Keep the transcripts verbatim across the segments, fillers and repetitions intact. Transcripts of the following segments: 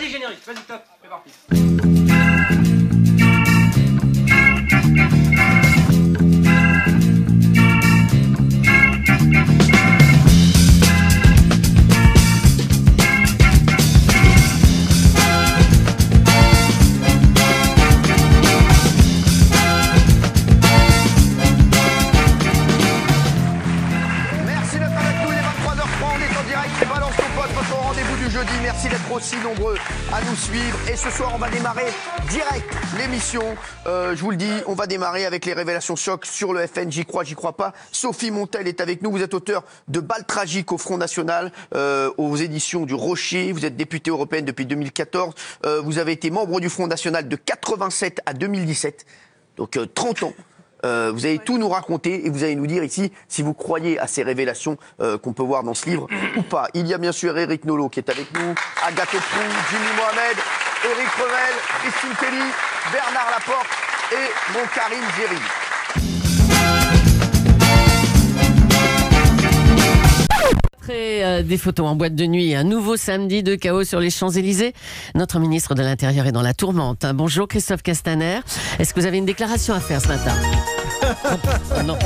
Vas-y, générique, vas-y, top, c'est parti. Merci d'être aussi nombreux à nous suivre. Et ce soir, on va démarrer direct l'émission. Euh, je vous le dis, on va démarrer avec les révélations choc sur le F N. J'y crois, j'y crois pas. Sophie Montel est avec nous. Vous êtes auteur de Balles tragiques au Front National, euh, aux éditions du Rocher. Vous êtes députée européenne depuis deux mille quatorze. Euh, vous avez été membre du Front National de quatre-vingt-sept à deux mille dix-sept. Donc euh, trente ans. Euh, vous allez tout nous raconter et vous allez nous dire ici si vous croyez à ces révélations euh, qu'on peut voir dans ce livre ou pas. Il y a bien sûr Éric Nolot qui est avec nous, Agathe Prou, Jimmy Mohamed, Éric Revel, Christine Kelly, Bernard Laporte et mon Karim Géry. Après euh, des photos en boîte de nuit et un nouveau samedi de chaos sur les Champs-Élysées, notre ministre de l'Intérieur est dans la tourmente. Hein. Bonjour Christophe Castaner. Est-ce que vous avez une déclaration à faire ce matin? Oh, non.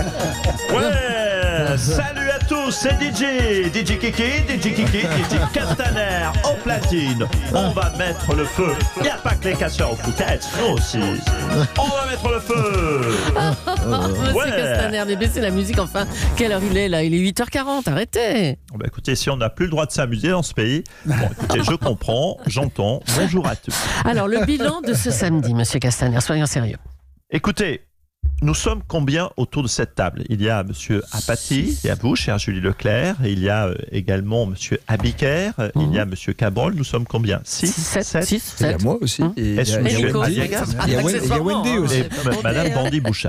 Ouais, salut à tous, c'est D J, D J Kiki, D J Kiki, D J Castaner, au platine. On va mettre le feu. Il n'y a pas que les casseurs aux foutettes, nous aussi. On va mettre le feu. Monsieur ouais. Castaner, mais baissez la musique enfin. Quelle heure il est là? Il est huit heures quarante, arrêtez. Bah écoutez, si on n'a plus le droit de s'amuser dans ce pays, bon, écoutez, je comprends, j'entends. Bonjour à tous. Alors, le bilan de ce samedi, monsieur Castaner, soyons sérieux. Écoutez, nous sommes combien autour de cette table? Il y a M. Apathy, il y a vous, chère Julie Leclerc, et il y a euh, également M. Abiker, mmh. il y a M. Cabrol. Nous sommes combien? six, sept, six, sept. Il y a moi aussi. Mmh. Et Est-ce il y a, M. Wendy. Aliagas. Il y a, il y a Wendy aussi. Et m- Madame Bandy Bouchard.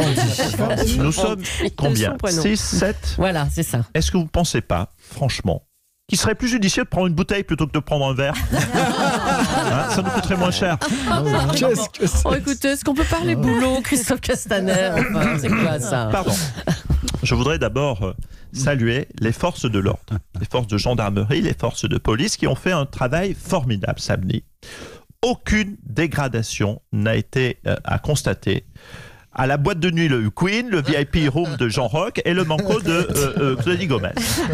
Nous sommes combien? six, sept. Voilà, c'est ça. Est-ce que vous ne pensez pas, franchement, qu'il serait plus judicieux de prendre une bouteille plutôt que de prendre un verre? Hein, ça nous coûterait moins cher. Qu'est-ce que c'est? Oh, écoutez, est-ce qu'on peut parler boulot, Christophe Castaner? Enfin, c'est quoi ça? Pardon. Je voudrais d'abord euh, saluer les forces de l'ordre, les forces de gendarmerie, les forces de police qui ont fait un travail formidable samedi. Aucune dégradation n'a été euh, à constater à la boîte de nuit le Queen, le V I P room de Jean Rock et le manco de euh, euh, Xoni Gomez.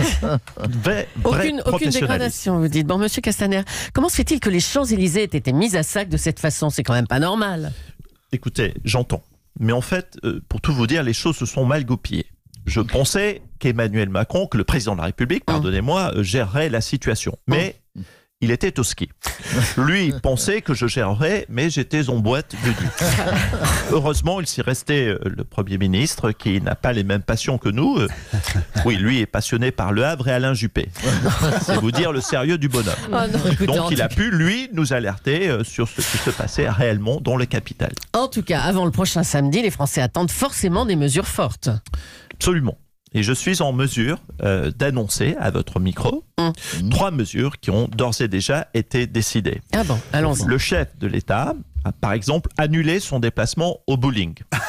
Vrai, aucune, aucune dégradation, vous dites. Bon, monsieur Castaner, comment se fait-il que les Champs-Élysées aient été mis à sac de cette façon? C'est quand même pas normal. Écoutez, j'entends. Mais en fait, euh, pour tout vous dire, les choses se sont mal goupillées. Je pensais qu'Emmanuel Macron, que le président de la République, pardonnez-moi, euh, gérerait la situation. Mais il était au ski. Lui pensait que je gérerais, mais j'étais en boîte de nuit. Heureusement, il s'y restait euh, le Premier ministre, qui n'a pas les mêmes passions que nous. Euh, oui, lui est passionné par Le Havre et Alain Juppé. C'est vous dire le sérieux du bonhomme. Oh non, écoutez, Donc il a tout... pu, lui, nous alerter euh, sur ce qui se passait réellement dans le capital. En tout cas, avant le prochain samedi, les Français attendent forcément des mesures fortes. Absolument. Et je suis en mesure euh, d'annoncer à votre micro mmh. trois mesures qui ont d'ores et déjà été décidées. Ah bon, allons-y. Le chef de l'État a, par exemple, annulé son déplacement au bowling.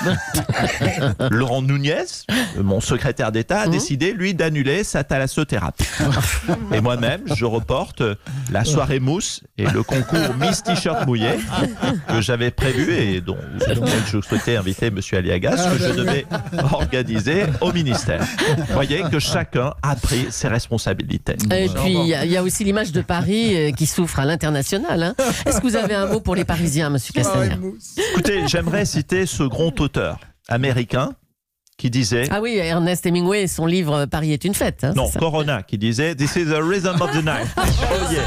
Laurent Nunez, mon secrétaire d'État, a mmh. décidé, lui, d'annuler sa thalassothérapie. Et moi-même, je reporte la soirée mousse et le concours Miss T-shirt mouillé que j'avais prévu et dont, dont je souhaitais inviter M. Aliagas, que je devais organiser au ministère. Vous voyez que chacun a pris ses responsabilités. Et puis, il y, y a aussi l'image de Paris euh, qui souffre à l'international. Hein. Est-ce que vous avez un mot pour les Parisiens, M. Castaner? Écoutez, j'aimerais citer ce grand auteur américain qui disait... Ah oui, Ernest Hemingway et son livre Paris est une fête. Hein, non, Corona qui disait This is the rhythm of the night. Oh yeah.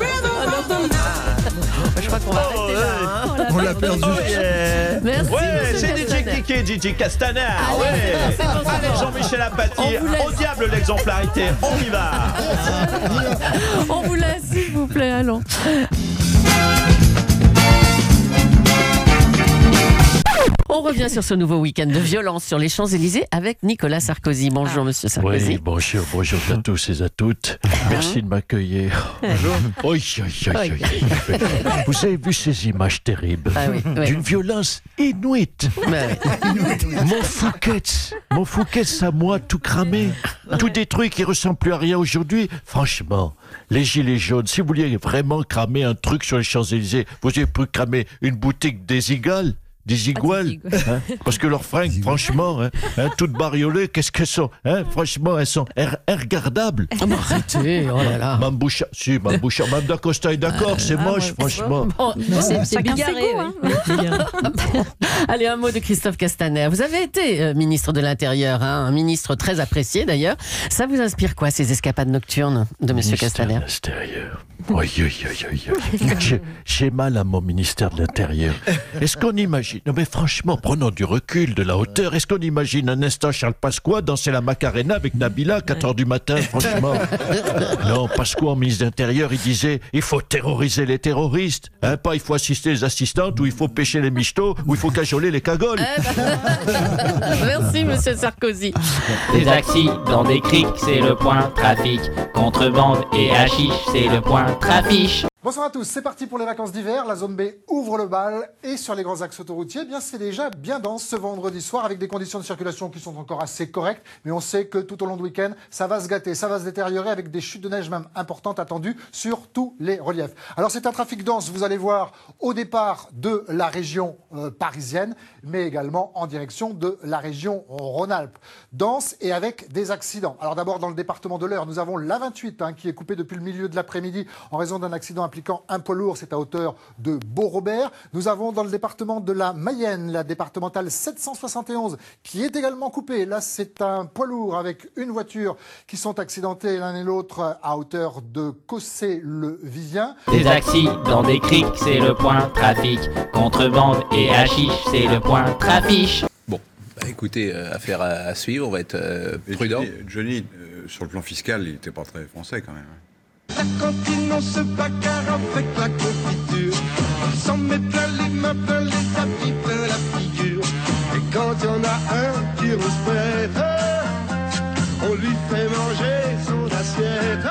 Je crois qu'on va oh, arrêter ouais. là. Hein. On l'a perdu. Oh yeah. Merci. Ouais, c'est D J Kiki, D J Castaner. Ah, ouais. c'est bon, c'est Allez, bon. Jean-Michel Apathy, au diable l'exemplarité. On y va. On vous laisse, s'il vous plaît, allons. On On revient sur ce nouveau week-end de violence sur les Champs-Élysées avec Nicolas Sarkozy. Bonjour, monsieur Sarkozy. Oui, bonjour, bonjour à tous et à toutes. Merci de m'accueillir. Bonjour. Oui, oui, oui, oui. Vous avez vu ces images terribles Ah oui, oui. d'une violence inuite. Bah oui. Mon Fouquet, mon Fouquet, à moi, tout cramé, tout détruit, qui ressemble plus à rien aujourd'hui. Franchement, les gilets jaunes, si vous vouliez vraiment cramer un truc sur les Champs-Élysées, vous avez pu cramer une boutique des Igales, des Iguales, hein, parce que leurs fringues, franchement, hein, hein, toutes bariolées, qu'est-ce qu'elles sont, hein, franchement, elles sont er- regardables. Ah bah arrêtez, oh là là. Mme Bouchard, si, Mme Bouchard, Mme Dacosta est d'accord, c'est Ah, moche, ouais, franchement. Bon, C'est c'est Chacun bigarré, ses goûts, oui. hein. allez, un mot de Christophe Castaner. Vous avez été euh, ministre de l'Intérieur, hein, un ministre très apprécié d'ailleurs. Ça vous inspire quoi, ces escapades nocturnes de monsieur Ministère Castaner? de l'Intérieur. Oui, oui, oui, oui, oui. J'ai, j'ai mal à mon ministère de l'Intérieur. Est-ce qu'on imagine, non mais franchement, prenons du recul, de la hauteur, est-ce qu'on imagine un instant Charles Pasqua danser la Macarena avec Nabila à quatre heures du matin, franchement? Non, Pasqua, en ministre de l'Intérieur, il disait, il faut terroriser les terroristes, hein, pas il faut assister les assistantes, ou il faut pêcher les michetots, ou il faut cajoler les cagoles. Merci, monsieur Sarkozy. Des accidents, des crics, c'est le point trafic. Contrebande et hachiche, c'est le point trafic. Bonsoir à tous, c'est parti pour les vacances d'hiver. La zone B ouvre le bal et sur les grands axes autoroutiers, eh bien c'est déjà bien dense ce vendredi soir avec des conditions de circulation qui sont encore assez correctes. Mais on sait que tout au long du week-end, ça va se gâter, ça va se détériorer avec des chutes de neige même importantes attendues sur tous les reliefs. Alors c'est un trafic dense, vous allez voir, au départ de la région euh, parisienne, mais également en direction de la région Rhône-Alpes. Dense et avec des accidents. Alors d'abord dans le département de l'Eure, nous avons l'A vingt-huit hein, qui est coupée depuis le milieu de l'après-midi en raison d'un accident impliquant un poids lourd, c'est à hauteur de Beau-Robert. Nous avons dans le département de la Mayenne, la départementale sept cent soixante et onze, qui est également coupée. Là, c'est un poids lourd avec une voiture qui sont accidentés l'un et l'autre à hauteur de Cossé-le-Vizien. Des accidents, des crics, c'est le point trafic. Contrebande et hachiche, c'est le point trafic. Bon, bah écoutez, euh, affaire à, à suivre, on va être euh, prudent. Johnny, Johnny euh, sur le plan fiscal, il n'était pas très français quand même. La cantine, on se bagarre avec la confiture. On s'en met plein les mains, plein les tapis, plein la figure. Et quand il y en a un qui respecte, on lui fait manger son assiette.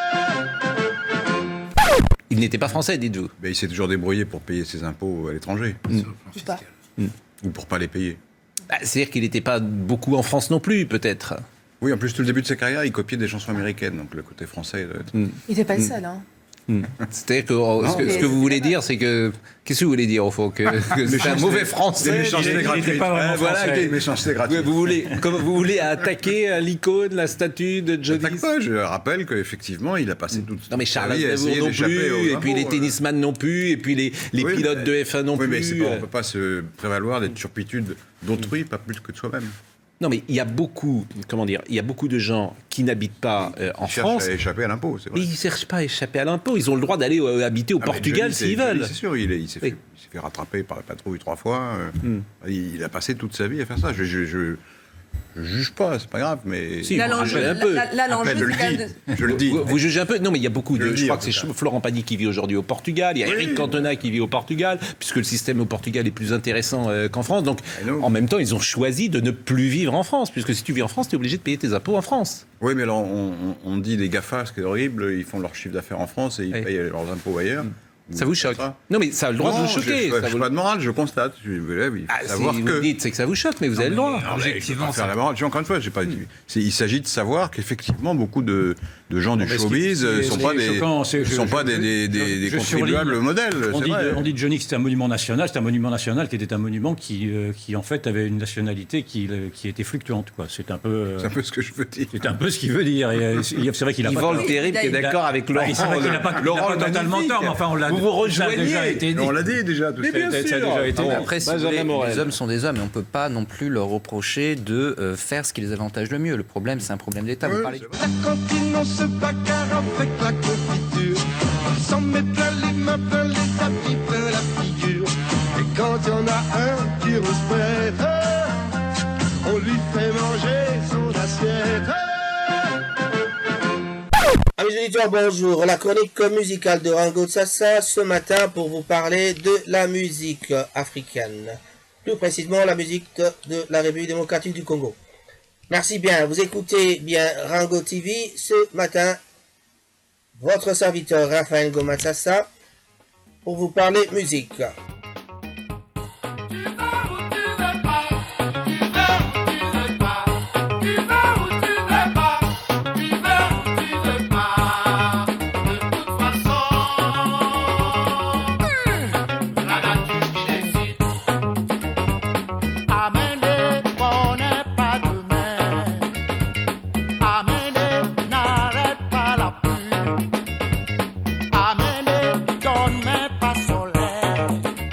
Il n'était pas français, dites-vous. Mais il s'est toujours débrouillé pour payer ses impôts à l'étranger. Mm. Ou pas. Mm. Ou pour pas les payer. Bah, c'est-à-dire qu'il n'était pas beaucoup en France non plus, peut-être. Oui, en plus, tout le début de sa carrière, il copiait des chansons américaines, donc le côté français... doit être- Mm. Il n'était pas le seul, hein. Mm. C'est-à-dire que oh, ce, que ce que vous voulez dire, c'est que... Qu'est-ce que vous voulez dire, au fond? Que, que c'est un mauvais français? Des méchancetés il- il gratuites. était pas vraiment Ouais, voilà, français. des méchancetés gratuites. Ouais, vous, voulez, comme vous voulez attaquer l'icône, la statue de Je Johnny? n'attaque pas, je rappelle qu'effectivement, il a passé toute Non mais sa Charles vie à Aznavour essayer non d'échapper plus, aux et puis les impôts, euh. tennisman non plus, et puis les, les Oui, pilotes mais- de F un non oui, plus. mais c'est pas- on euh. ne peut pas se prévaloir des turpitudes d'autrui, pas plus que de soi-même. Non mais il y a beaucoup, comment dire, il y a beaucoup de gens qui n'habitent pas euh, en Ils cherchent France. à échapper à l'impôt, c'est vrai. Mais ils ne cherchent pas à échapper à l'impôt. Ils ont le droit d'aller euh, habiter au Ah, mais Portugal Johnny, s'ils c'est- Johnny, veulent. C'est sûr, il, est- il s'est Oui. fait, il s'est fait rattraper par la patrouille trois fois. euh, Hmm. il, il a passé toute sa vie à faire ça. Je, je, je, je juge pas, c'est pas grave, mais... Si, Là, vous l'enjeu, jugez un peu. là, là, l'enjeu, Après, je le c'est quand dis, même de- je le dis. Vous, vous jugez un peu. Non, mais il y a beaucoup Je de. le Je dis, crois en que c'est tout cas. Florent Pagny qui vit aujourd'hui au Portugal. Il y a Eric Cantona qui vit au Portugal, puisque le système au Portugal est plus intéressant euh, qu'en France. Donc, I know. en même temps, ils ont choisi de ne plus vivre en France, puisque si tu vis en France, tu es obligé de payer tes impôts en France. Oui, mais alors on, on- on dit les GAFA, ce qui est horrible, ils font leur chiffre d'affaires en France et ils Oui. payent leurs impôts ailleurs. Ça vous choque? Non, mais ça a le droit Non, de vous je- choquer. Je ça ne vous- pas de morale, je constate. Je, il faut Ah, si savoir vous que... me dites, c'est que ça vous choque, mais vous avez le droit. Non, mais je peux pas faire la morale. Je- Encore une fois, j'ai pas dit. C'est- Il s'agit de savoir qu'effectivement, beaucoup de, de gens du Mais ce qui- showbiz ce qui ne est- sont ce pas qui est des, choquant, c'est- ne je- sont je- pas des, des- des- des je contribuables surligne. modèles. On c'est dit, vrai. de, on dit de Johnny que c'était un monument national. C'est un monument national qui était un monument qui, euh, qui en fait, avait une nationalité qui, euh, qui était fluctuante. Quoi. C'est un peu. euh, C'est un peu ce que je veux dire. C'est un peu ce qu'il veut dire. Et, euh, c'est c'est vrai qu'il a Yvan pas. le terrible qui est Il a- d'accord avec Bah, Laurent. c'est vrai qu'il n'a pas, il n'a Laurent pas le totalement magnifique. tort, mais enfin, on l'a Vous vous ça a déjà rejoignez. été dit. On l'a dit déjà. Tout Mais ça. bien Ça a sûr. déjà été Ah dit. bon. Après, si vous Benjamin voulez, Morel. les hommes sont des hommes et on ne peut pas non plus leur reprocher de euh, faire ce qui les avantage le mieux. Le problème, c'est un problème d'État. Vous Ouais, parlez- c'est vrai. La cantine, on se bagarre avec la confiture. On s'en met plein les mains, plein les tapis, plein la figure. Et quand il y en a un qui respecte, on lui fait manger son assiette. Amis auditeurs, bonjour. La chronique musicale de Rango Tsassa ce matin pour vous parler de la musique africaine. plus précisément la musique de, de la République démocratique du Congo. Merci bien, vous écoutez bien Rango T V ce matin. Votre serviteur Raphaël Gomatsassa pour vous parler musique. Donne-moi pas soleil.